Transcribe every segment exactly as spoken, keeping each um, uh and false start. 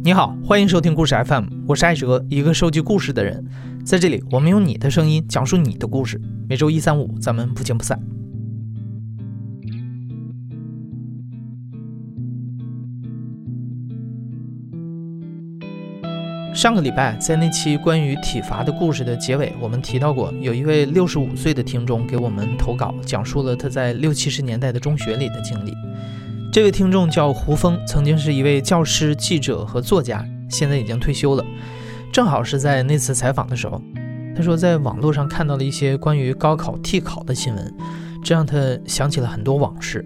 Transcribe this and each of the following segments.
你好，欢迎收听故事 F M， 我是艾哲，一个收集故事的人。在这里，我们用你的声音讲述你的故事。每周一、三、五，咱们不见不散。上个礼拜，在那期关于体罚的故事的结尾，我们提到过，有一位六十五岁的听众给我们投稿，讲述了他在六七十年代的中学里的经历。这位听众叫胡峰，曾经是一位教师、记者和作家，现在已经退休了。正好是在那次采访的时候，他说在网络上看到了一些关于高考替考的新闻，这让他想起了很多往事。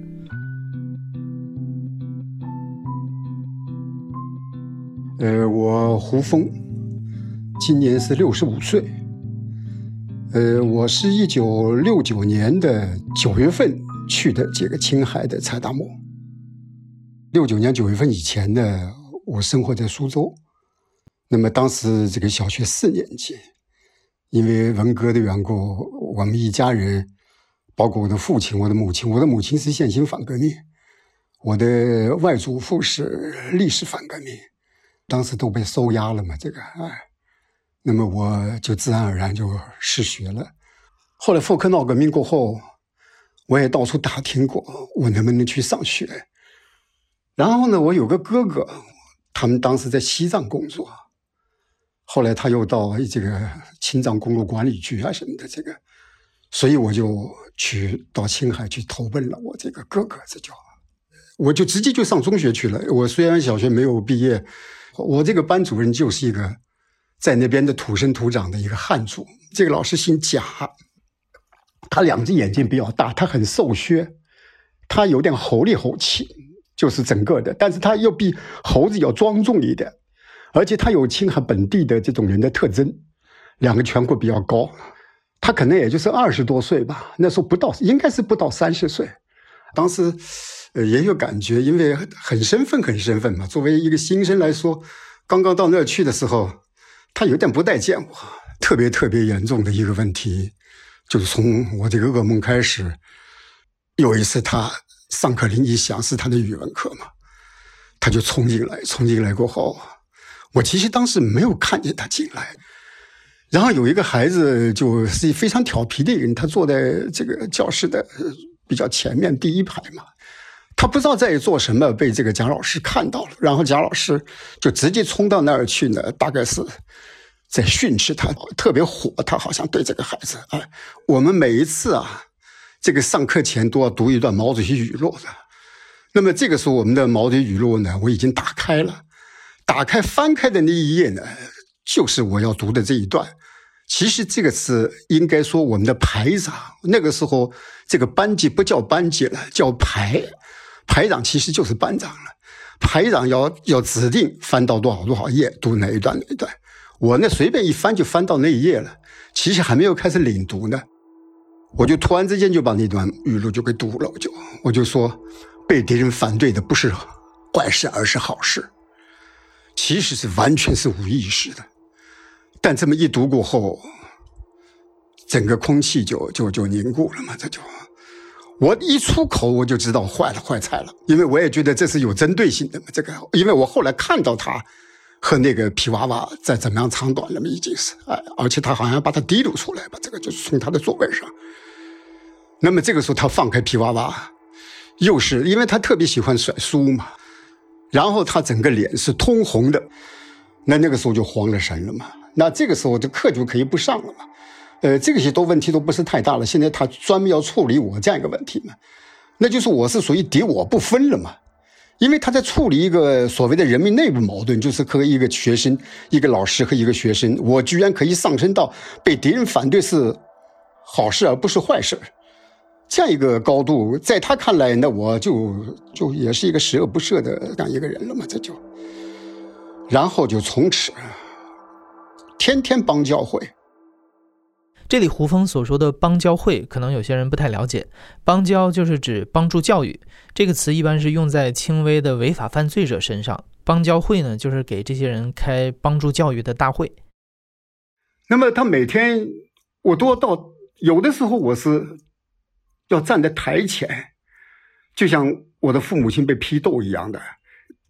呃，我胡峰，今年是六十五岁。呃，我是一九六九年的九月份去的这个青海的柴达木。六九年九月份以前呢，我生活在苏州。那么当时这个小学四年级，因为文革的缘故，我们一家人，包括我的父亲、我的母亲，我的母亲是现行反革命，我的外祖父是历史反革命，当时都被收押了嘛，这个哎，那么我就自然而然就失学了。后来妇科闹革命过后，我也到处打听过，我能不能去上学。然后呢，我有个哥哥，他们当时在西藏工作，后来他又到这个青藏公路管理局啊什么的，这个，所以我就去到青海去投奔了我这个哥哥，这就我就直接就上中学去了。我虽然小学没有毕业，我这个班主任就是一个在那边的土生土长的一个汉族，这个老师姓贾，他两只眼睛比较大，他很瘦削，他有点猴里猴气，就是整个的，但是他又比猴子要庄重一点，而且他有青海本地的这种人的特征，两个颧骨比较高，他可能也就是二十多岁吧，那时候不到，应该是不到三十岁。当时呃也有感觉，因为很身份很身份嘛，作为一个新生来说，刚刚到那儿去的时候，他有点不待见我。特别特别严重的一个问题，就是从我这个噩梦开始，有一次他上课铃一响，是他的语文课嘛，他就冲进来，冲进来过后，我其实当时没有看见他进来。然后有一个孩子就是非常调皮的一个人，他坐在这个教室的比较前面第一排嘛，他不知道在做什么，被这个贾老师看到了，然后贾老师就直接冲到那儿去呢，大概是在训斥他，特别火，他好像对这个孩子，哎，我们每一次啊，这个上课前都要读一段毛主席语录的。那么这个时候我们的毛主席语录呢，我已经打开了，打开翻开的那一页呢，就是我要读的这一段。其实这个是应该说我们的排长，那个时候这个班级不叫班级了，叫排，排长其实就是班长了。排长要要指定翻到多少多少页，读哪一段哪一段。我呢随便一翻就翻到那一页了，其实还没有开始领读呢，我就突然之间就把那段语录就给读了，我就我就说，被敌人反对的不是坏事，而是好事。其实是完全是无意识的。但这么一读过后，整个空气就就就凝固了嘛，这就我一出口我就知道坏了，坏菜了，因为我也觉得这是有针对性的嘛，这个因为我后来看到他和那个皮娃娃在怎么样长短了嘛，已经是哎，而且他好像把他滴露出来吧，这个就是从他的座位上。那么这个时候他放开皮娃娃，又是因为他特别喜欢甩书嘛，然后他整个脸是通红的，那那个时候就慌了神了嘛。那这个时候这课就可以不上了嘛，呃，这个些都问题都不是太大了。现在他专门要处理我这样一个问题嘛，那就是我是属于敌我不分了嘛，因为他在处理一个所谓的人民内部矛盾，就是和一个学生、一个老师和一个学生，我居然可以上升到被敌人反对是好事而不是坏事，这样一个高度，在他看来，那我就就也是一个十恶不赦的这样一个人了嘛，这就，然后就从此。天天帮教会。 这里胡峰所说的帮教会可能有些人不太了解，帮教就是指帮助教育，这个词一般是用在轻微的违法犯罪者身上，帮教会呢就是给这些人开帮助教育的大会。 那么他每天我都要到，有的时候我是要站在台前，就像我的父母亲被批斗一样的，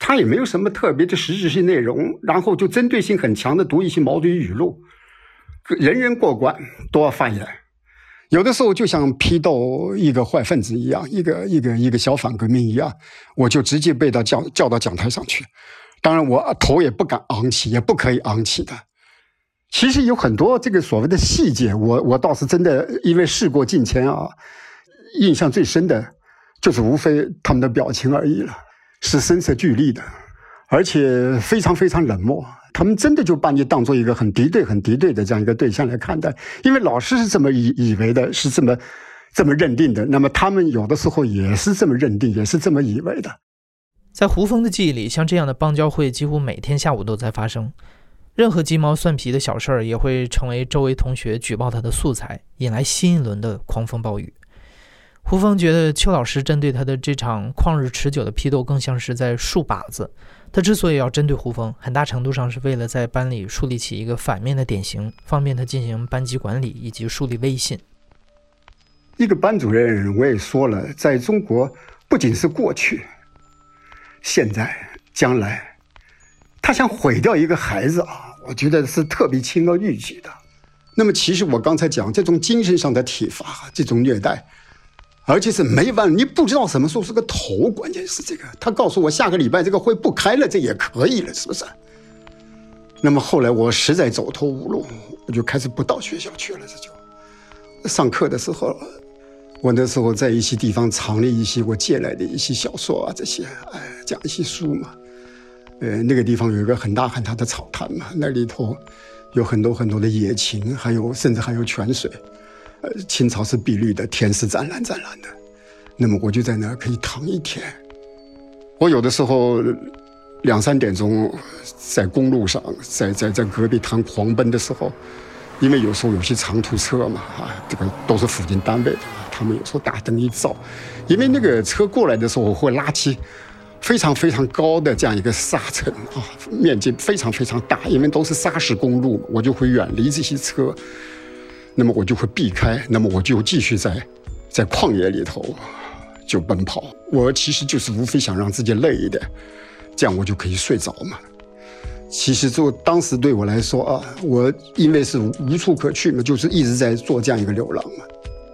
他也没有什么特别的实质性内容，然后就针对性很强的读一些毛主席语录，人人过关都要发言。有的时候就像批斗一个坏分子一样，一个一个一个小反革命一样，我就直接被他叫叫到讲台上去。当然我头也不敢昂起，也不可以昂起的。其实有很多这个所谓的细节，我我倒是真的因为事过境迁啊，印象最深的就是无非他们的表情而已了，是声色俱厉的，而且非常非常冷漠。他们真的就把你当做一个很敌对很敌对的这样一个对象来看待，因为老师是这么以以为的，是这么这么认定的，那么他们有的时候也是这么认定，也是这么以为的。 在胡风的记忆里，像这样的邦交会几乎每天下午都在发生，任何鸡毛蒜皮的小事儿也会成为周围同学举报他的素材，引来新一轮的狂风暴雨。胡风觉得邱老师针对他的这场旷日持久的批斗更像是在竖靶子，他之所以要针对胡风，很大程度上是为了在班里树立起一个反面的典型，方便他进行班级管理以及树立威信。 一个班主任，我也说了，在中国不仅是过去，现在将来，他想毁掉一个孩子啊，我觉得是特别轻而易举的。那么其实我刚才讲这种精神上的体罚，这种虐待，而且是没办法，你不知道什么时候是个头，关键是这个。他告诉我下个礼拜这个会不开了，这也可以了，是不是？那么后来我实在走投无路，我就开始不到学校去了。这就上课的时候，我那时候在一些地方藏了一些我借来的一些小说啊，这些哎讲一些书嘛。呃，那个地方有一个很大很大的草滩嘛，那里头有很多很多的野禽，还有甚至还有泉水。呃，青草是碧绿的，天是湛蓝湛蓝的，那么我就在那儿可以躺一天。我有的时候两三点钟在公路上，在在在戈壁滩狂奔的时候，因为有时候有些长途车嘛，啊，这个都是附近单位的，他们有时候大灯一照，因为那个车过来的时候会拉起非常非常高的这样一个沙尘啊，面积非常非常大，因为都是砂石公路，我就会远离这些车。那么我就会避开，那么我就继续在在旷野里头就奔跑。我其实就是无非想让自己累一点，这样我就可以睡着嘛。其实就当时对我来说啊，我因为是无处可去嘛，就是一直在做这样一个流浪嘛。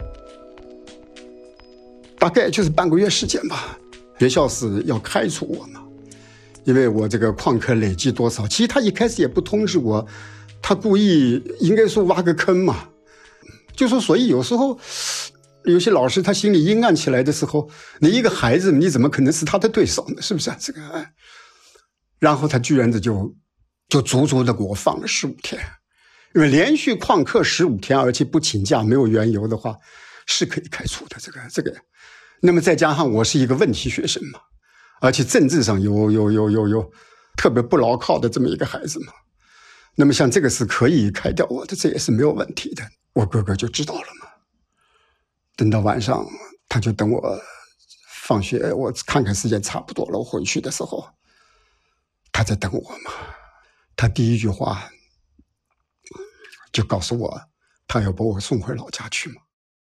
大概就是半个月时间吧，学校是要开除我嘛，因为我这个旷课累计多少。其实他一开始也不通知我，他故意应该说挖个坑嘛。就说，所以有时候有些老师他心里阴暗起来的时候，你一个孩子你怎么可能是他的对手呢？是不是啊？这个，然后他居然的就就足足的给我放了十五天，因为连续旷课十五天，而且不请假没有缘由的话，是可以开除的。这个这个，那么再加上我是一个问题学生嘛，而且政治上有有有有有特别不牢靠的这么一个孩子嘛，那么像这个是可以开掉我的，这也是没有问题的。我哥哥就知道了嘛，等到晚上他就等我放学，我看看时间差不多了，我回去的时候他在等我嘛。他第一句话就告诉我他要把我送回老家去嘛。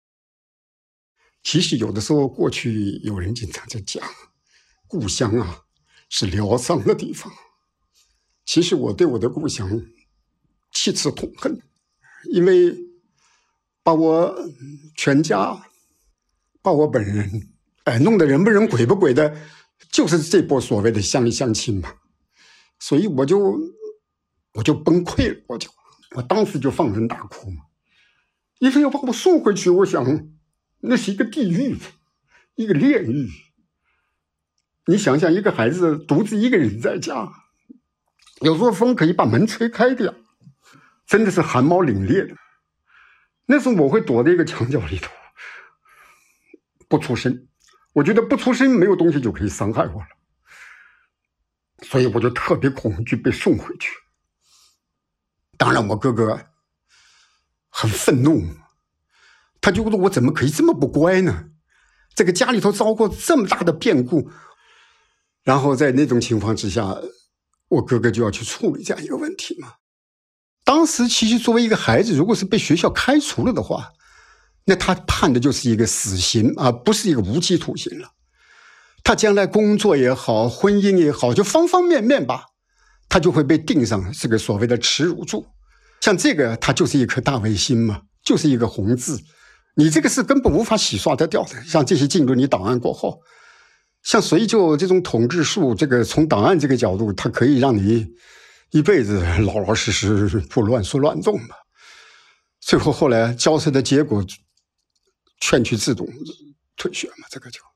其实有的时候过去有人经常在讲故乡啊是疗伤的地方，其实我对我的故乡弃斥痛恨，因为把我全家，把我本人，哎，弄得人不人鬼不鬼的，就是这波所谓的乡里乡亲嘛。所以我就我就崩溃了，我就我当时就放声大哭嘛。因为要把我送回去，我想那是一个地狱，一个炼狱。你想想，一个孩子独自一个人在家，有时候风可以把门吹开掉，真的是寒毛凛冽的。那时候我会躲在一个墙角里头，不出声。我觉得不出声没有东西就可以伤害我了，所以我就特别恐惧被送回去。当然我哥哥很愤怒，他就说我怎么可以这么不乖呢？这个家里头遭过这么大的变故，然后在那种情况之下，我哥哥就要去处理这样一个问题嘛。当时其实作为一个孩子，如果是被学校开除了的话，那他判的就是一个死刑，而不是一个无期徒刑了。 他将来工作也好，婚姻也好，就方方面面吧，他就会被钉上这个所谓的耻辱柱。像这个，它就是一颗大卫星嘛，就是一个红字，你这个是根本无法洗刷得掉的。像这些进入你档案过后，像随就这种统治术，这个从档案这个角度，它可以让你一辈子老老实实不乱说乱动嘛。最后后来交涉的结果，劝去自动退学嘛，这个就。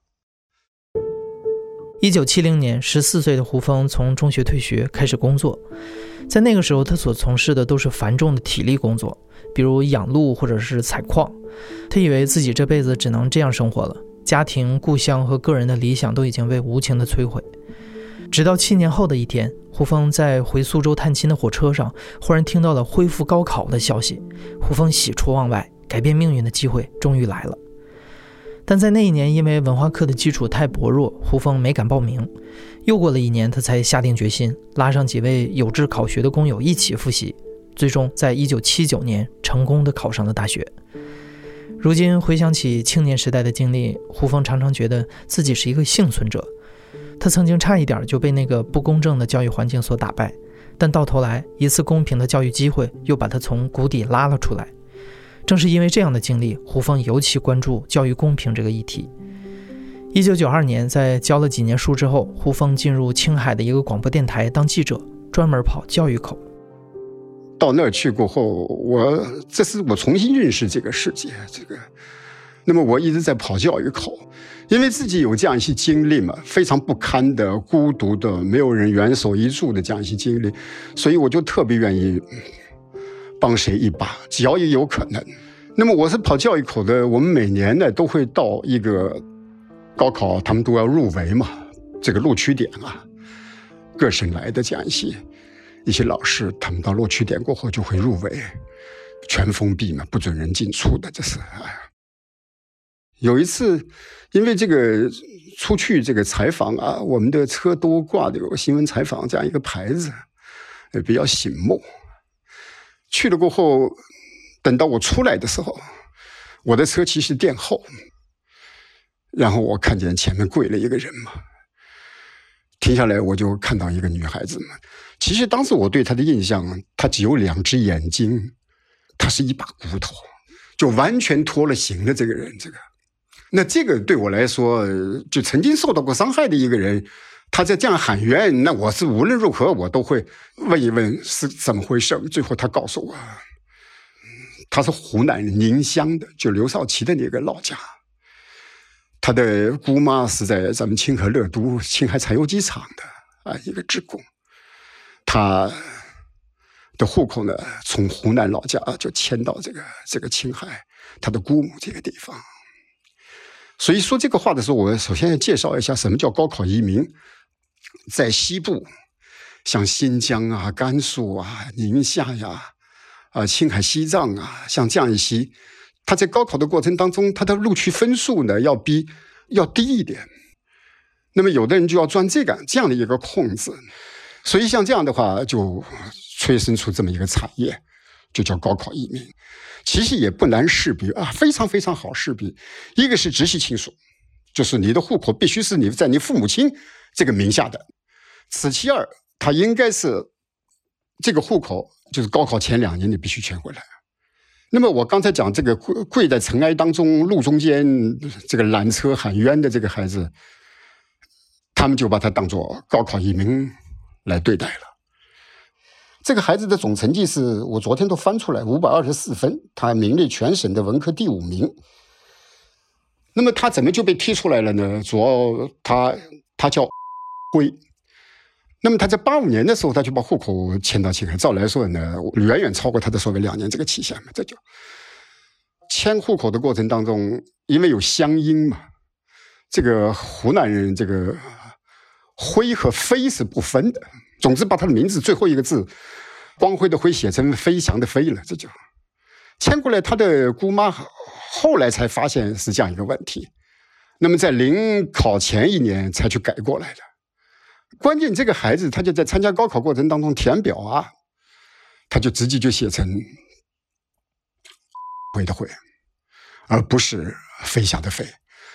一九七零年，十四岁的胡风从中学退学，开始工作。在那个时候，他所从事的都是繁重的体力工作，比如养鹿或者是采矿。他以为自己这辈子只能这样生活了，家庭、故乡和个人的理想都已经被无情的摧毁。直到七年后的一天，胡风在回苏州探亲的火车上，忽然听到了恢复高考的消息。胡风喜出望外，改变命运的机会终于来了。但在那一年，因为文化课的基础太薄弱，胡风没敢报名。又过了一年，他才下定决心，拉上几位有志考学的工友一起复习，最终在一九七九年成功地考上了大学。如今回想起青年时代的经历，胡风常常觉得自己是一个幸存者。他曾经差一点就被那个不公正的教育环境所打败，但到头来一次公平的教育机会又把他从谷底拉了出来。正是因为这样的经历，胡风尤其关注教育公平这个议题。一九九二年，在教了几年书之后，胡风进入青海的一个广播电台当记者，专门跑教育口。 到那儿去过后，我这是我重新认识这个世界。这个，那么我一直在跑教育口，因为自己有这样一些经历嘛，非常不堪的、孤独的、没有人援手一助的这样一些经历，所以我就特别愿意帮谁一把，只要有可能。那么我是跑教育口的，我们每年呢都会到一个高考，他们都要入围嘛，这个录取点啊，各省来的这样一些一些老师，他们到录取点过后就会入围，全封闭嘛，不准人进出的，这是哎呀。有一次，因为这个出去这个采访啊，我们的车都挂着有新闻采访这样一个牌子，也比较醒目。去了过后，等到我出来的时候，我的车其实垫后，然后我看见前面跪了一个人嘛，停下来我就看到一个女孩子嘛。其实当时我对她的印象，她只有两只眼睛，她是一把骨头，就完全脱了形的这个人。这个，那这个对我来说，就曾经受到过伤害的一个人，他在这样喊冤，那我是无论如何我都会问一问是怎么回事。最后他告诉我，他是湖南宁乡的，就刘少奇的那个老家。他的姑妈是在咱们清河乐都青海柴油机厂的啊一个职工，他的户口呢从湖南老家就迁到这个这个青海他的姑母这个地方。所以说这个话的时候，我首先要介绍一下什么叫高考移民。在西部，像新疆啊、甘肃啊、宁夏呀、啊、青海、西藏啊，像这样一些，他在高考的过程当中，他的录取分数呢要比要低一点。那么有的人就要钻这个这样的一个空子，所以像这样的话，就催生出这么一个产业，就叫高考移民。其实也不难识别啊，非常非常好识别。一个是直系亲属，就是你的户口必须是你在你父母亲这个名下的。此其二，他应该是这个户口，就是高考前两年你必须迁回来。那么我刚才讲这个跪在尘埃当中路中间这个拦车喊冤的这个孩子，他们就把他当作高考移民来对待了。这个孩子的总成绩是我昨天都翻出来五百二十四分，他名列全省的文科第五名。那么他怎么就被踢出来了呢？主要他他叫辉。那么他在八五年的时候，他就把户口迁到青海。照来说呢，远远超过他的所谓两年这个期限嘛。这就迁户口的过程当中，因为有乡音嘛，这个湖南人这个辉和飞是不分的。总之把他的名字最后一个字光辉的辉写成飞翔的飞了，这就迁过来。他的姑妈后来才发现是这样一个问题，那么在临考前一年才去改过来的。关键这个孩子他就在参加高考过程当中填表啊，他就直接就写成辉的辉，而不是飞翔的飞。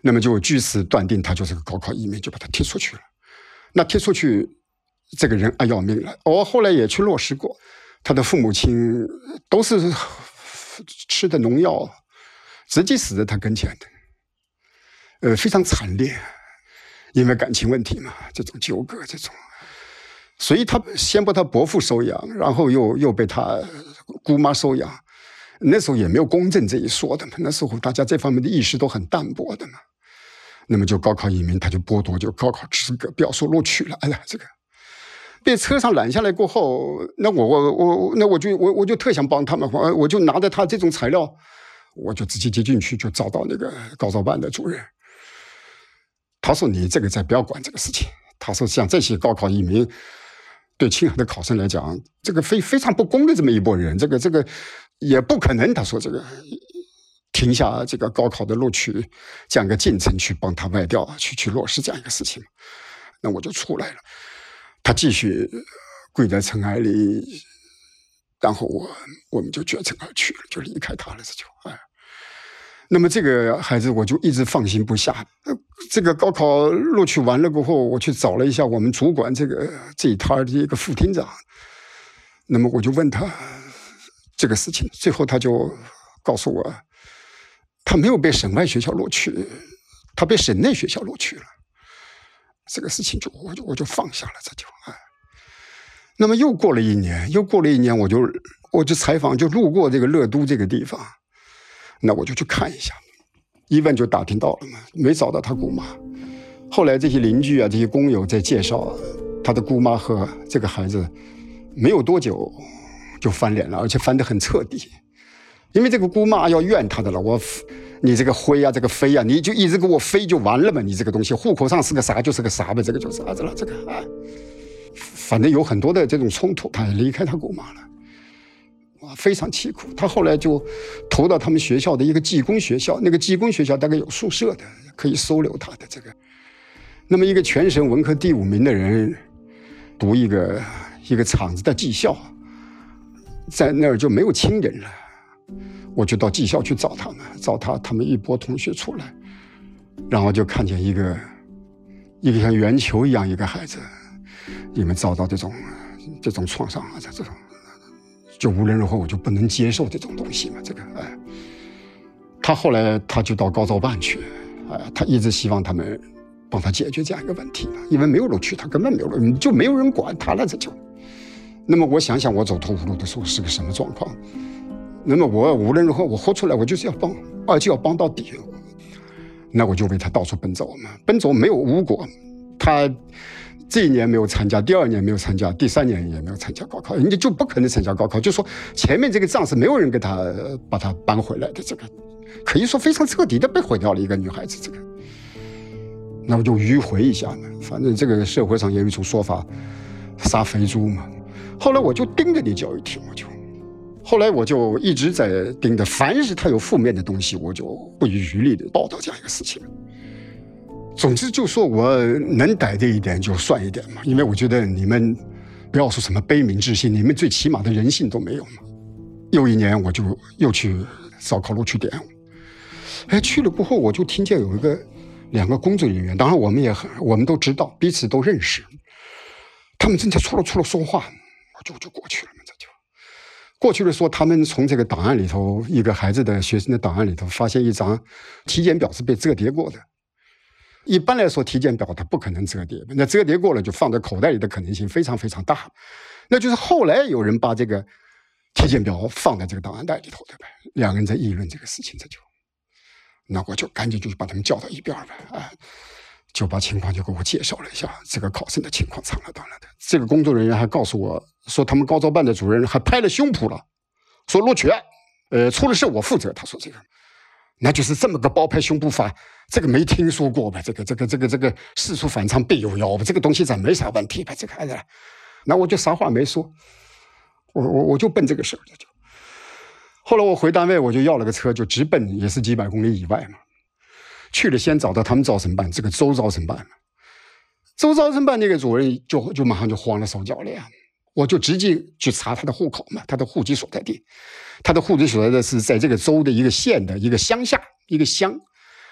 那么就据此断定他就是个高考移民，就把他踢出去了。那踢出去，这个人啊要命了。我后来也去落实过，他的父母亲都是吃的农药，直接死在他跟前的，呃，非常惨烈，因为感情问题嘛，这种纠葛，这种，所以他先把他伯父收养，然后又又被他姑妈收养。那时候也没有公证这一说的嘛，那时候大家这方面的意识都很淡薄的嘛。那么就高考移民，他就剥夺就高考资格，不要说录取了。哎呀，这个被车上拦下来过后，那我我我那我就我我就特想帮他们，我就拿着他这种材料，我就直接接进去，就找到那个高招办的主任。他说：“你这个再不要管这个事情。”他说：“像这些高考移民，对青海的考生来讲，这个非非常不公的这么一拨人，这个这个也不可能。”他说：“这个停下这个高考的录取这样一个进程，去帮他外调，去去落实这样一个事情。”那我就出来了。他继续跪在尘埃里，然后我我们就绝尘而去了，就离开他了。这就哎，那么这个孩子我就一直放心不下。这个高考录取完了过后，我去找了一下我们主管这个这一摊的一个副厅长，那么我就问他这个事情，最后他就告诉我，他没有被省外学校录取，他被省内学校录取了。这个事情就我就我就放下了，这就哎。那么又过了一年，又过了一年，我就我就采访，就路过这个乐都这个地方，那我就去看一下，一问就打听到了嘛，没找到他姑妈。后来这些邻居啊，这些工友在介绍，他的姑妈和这个孩子没有多久就翻脸了，而且翻得很彻底。因为这个姑妈要怨他的了，我你这个灰啊，这个飞啊，你就一直给我飞就完了嘛，你这个东西户口上是个啥就是个啥呗，这个就啥子了，这个啊，反正有很多的这种冲突，他也离开他姑妈了，哇，非常凄苦。他后来就投到他们学校的一个技工学校，那个技工学校大概有宿舍的，可以收留他的这个。那么一个全省文科第五名的人，读一个一个厂子的技校，在那儿就没有亲人了。我就到技校去找他们，找他，他们一波同学出来，然后就看见一个一个像圆球一样一个孩子，因为遭到这种这种创伤啊，这种就无论如何我就不能接受这种东西嘛，这个哎，他后来他就到高招办去，哎，他一直希望他们帮他解决这样一个问题嘛，因为没有录取，他根本没有录，就没有人管他了，这就。那么我想想，我走投无路的时候是个什么状况？那么我无论如何，我活出来，我就是要帮，而且要帮到底。那我就为他到处奔走嘛，奔走没有无果。他这一年没有参加，第二年没有参加，第三年也没有参加高考，人家就不可能参加高考。就说前面这个账是没有人给他把他搬回来的，这个可以说非常彻底的被毁掉了一个女孩子。这个，那我就迂回一下嘛，反正这个社会上也有一种说法，杀肥猪嘛。后来我就盯着你教育题，我就。后来我就一直在盯着，凡是他有负面的东西，我就不遗余力的报道这样一个事情。总之就说我能逮这一点就算一点嘛，因为我觉得你们不要说什么悲悯之心，你们最起码的人性都没有嘛。又一年我就又去烧烤录取点，哎，去了过后我就听见有一个两个工作人员，当然我们也很我们都知道彼此都认识，他们正在戳了戳了说话，我就就过去了嘛，这就。过去的说，他们从这个档案里头，一个孩子的学生的档案里头，发现一张体检表是被折叠过的。一般来说，体检表它不可能折叠，那折叠过了就放在口袋里的可能性非常非常大。那就是后来有人把这个体检表放在这个档案袋里头，对吧？两个人在议论这个事情，这就，那我就赶紧就把他们叫到一边呗，啊，就把情况就给我介绍了一下这个考生的情况，长了当然的。这个工作人员还告诉我说，他们高招办的主任还拍了胸脯了，说录取，呃，出了事我负责。他说这个，那就是这么个包拍胸脯法，这个没听说过吧？这个这个这个这个事出反常必有妖吧？这个东西咱没啥问题吧？这个孩子，那我就啥话没说，我我我就奔这个事儿就。后来我回单位，我就要了个车，就直奔，也是几百公里以外嘛。去了，先找到他们招生办，这个周招生办嘛。周招生办那个主任就就马上就慌了手脚了呀，我就直接去查他的户口嘛，他的户籍所在地，他的户籍所在地是在这个州的一个县的一个乡下一个乡，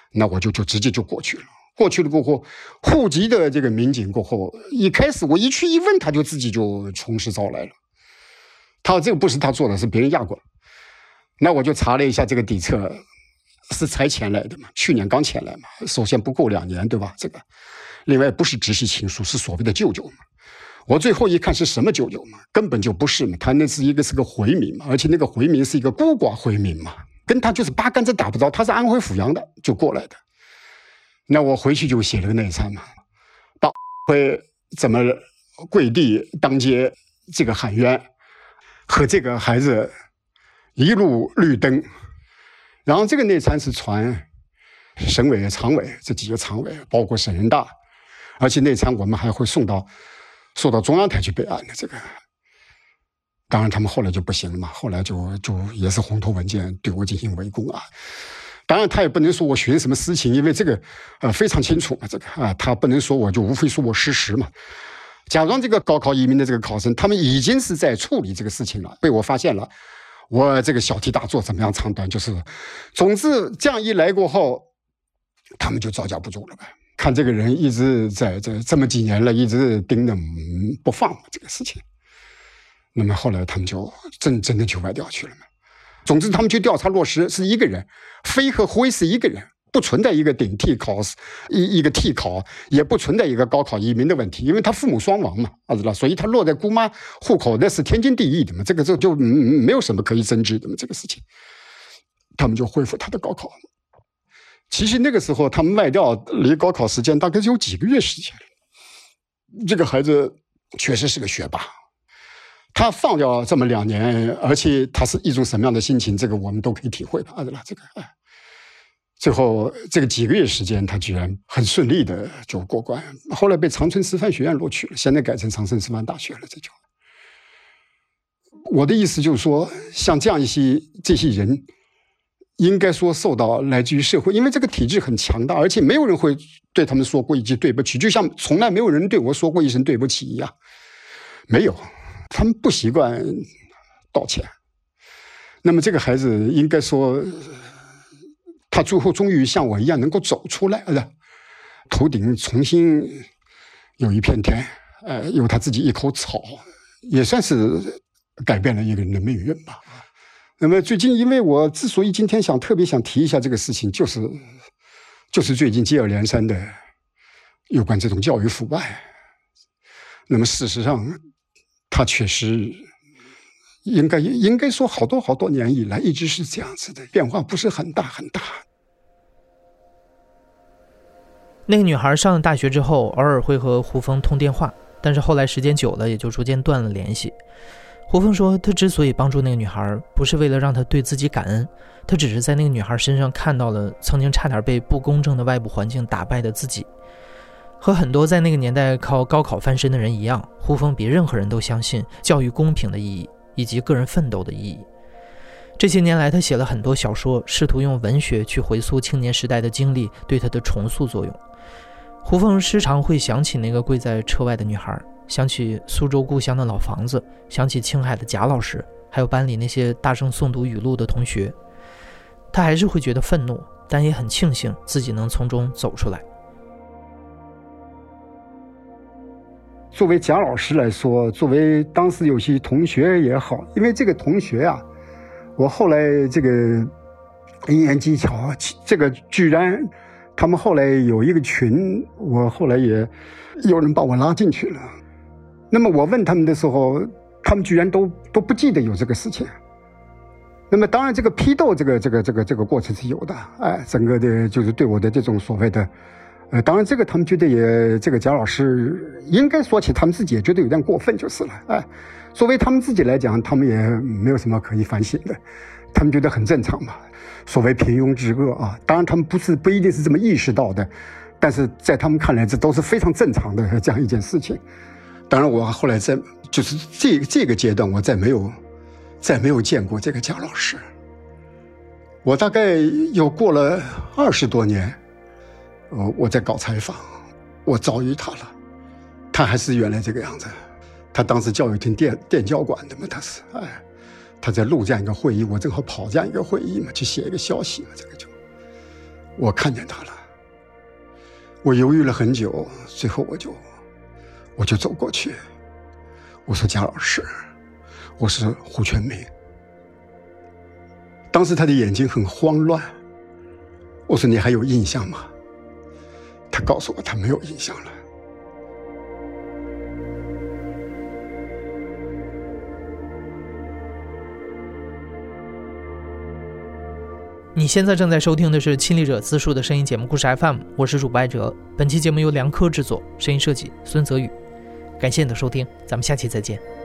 那我就就直接就过去了。过去了过后，户籍的这个民警过后，一开始我一去一问，他就自己就从实招来了。他说这个不是他做的，是别人压过。那我就查了一下这个底册，是才迁来的嘛，去年刚迁来嘛，首先不够两年，对吧？这个，另外不是直系亲属，是所谓的舅舅嘛。我最后一看是什么舅舅嘛，根本就不是嘛，他那是一个是个回民嘛，而且那个回民是一个孤寡回民嘛，跟他就是八竿子打不着，他是安徽阜阳的，就过来的。那我回去就写了个内参嘛，把会怎么跪地当街这个喊冤，和这个孩子一路绿灯，然后这个内参是传省委、常委这几个常委，包括省人大，而且内参我们还会送到送到中央台去备案的这个。当然他们后来就不行了嘛，后来就就也是红头文件对我进行围攻啊。当然，他也不能说我寻什么私情，因为这个，呃，非常清楚嘛，这个啊，他不能说我就无非说我失实嘛。假装这个高考移民的这个考生，他们已经是在处理这个事情了，被我发现了，我这个小题大做，怎么样长短，就是，总之这样一来过后，他们就招架不住了呗。看这个人一直在这这么几年了，一直盯着不放这个事情，那么后来他们就真真的就外调去了嘛。总之，他们去调查落实是一个人，飞和辉是一个人，不存在一个顶替考一一个替考，也不存在一个高考移民的问题，因为他父母双亡嘛，啊，知道，所以他落在姑妈户口那是天经地义的嘛，这个这就没有什么可以争执的嘛，这个事情，他们就恢复他的高考。其实那个时候他们外调离高考时间大概只有几个月时间，这个孩子确实是个学霸。他放掉这么两年，而且他是一种什么样的心情，这个我们都可以体会吧，对吧？这个，哎，最后这个几个月时间，他居然很顺利的就过关，后来被长春师范学院录取了，现在改成长春师范大学了。这就，我的意思就是说，像这样一些这些人，应该说受到来自于社会，因为这个体制很强大，而且没有人会对他们说过一句对不起，就像从来没有人对我说过一声对不起一样，没有。他们不习惯道歉，那么这个孩子应该说，他最后终于像我一样能够走出来了，头顶重新有一片天，呃，有他自己一口草，也算是改变了一个人的命运吧。那么最近，因为我之所以今天想特别想提一下这个事情，就是就是最近接二连三的有关这种教育腐败。那么事实上，他确实应该应该说好多好多年以来一直是这样子的，变化不是很大很大。 那个女孩上了大学之后，偶尔会和胡峰通电话，但是后来时间久了，也就逐渐断了联系。胡峰说，他之所以帮助那个女孩，不是为了让她对自己感恩，他只是在那个女孩身上看到了曾经差点被不公正的外部环境打败的自己。和很多在那个年代靠高考翻身的人一样，胡峰比任何人都相信教育公平的意义以及个人奋斗的意义。这些年来，他写了很多小说，试图用文学去回溯青年时代的经历对他的重塑作用。胡峰时常会想起那个跪在车外的女孩，想起苏州故乡的老房子，想起青海的贾老师，还有班里那些大声诵读语录的同学。他还是会觉得愤怒，但也很庆幸自己能从中走出来。 作为贾老师来说，作为当时有些同学也好，因为这个同学啊，我后来这个因缘机巧，这个居然他们后来有一个群，我后来也有人把我拉进去了。那么我问他们的时候，他们居然都都不记得有这个事情。那么当然这个批斗这个这个这个这个过程是有的，哎，整个的就是对我的这种所谓的呃，当然这个他们觉得也，这个贾老师应该说起他们自己也觉得有点过分就是了，哎，作为他们自己来讲，他们也没有什么可以反省的，他们觉得很正常嘛。所谓平庸之恶啊，当然他们不是不一定是这么意识到的，但是在他们看来，这都是非常正常的这样一件事情。当然，我后来在就是这这个阶段，我再没有再没有见过这个贾老师。我大概又过了二十多年。呃，我在搞采访，我遭遇他了，他还是原来这个样子。他当时教育厅电电教馆的嘛，他是，哎，他在录这样一个会议，我正好跑这样一个会议嘛，去写一个消息嘛，这个就， 我看见他了。我犹豫了很久，最后我就我就走过去，我说贾老师，我是胡全明。当时他的眼睛很慌乱，我说你还有印象吗？他告诉我他没有印象了。 你现在正在收听的是亲历者自述的声音节目故事 F M， 我是主播艾哲。本期节目由梁科制作，声音设计孙泽宇。感谢你的收听，咱们下期再见。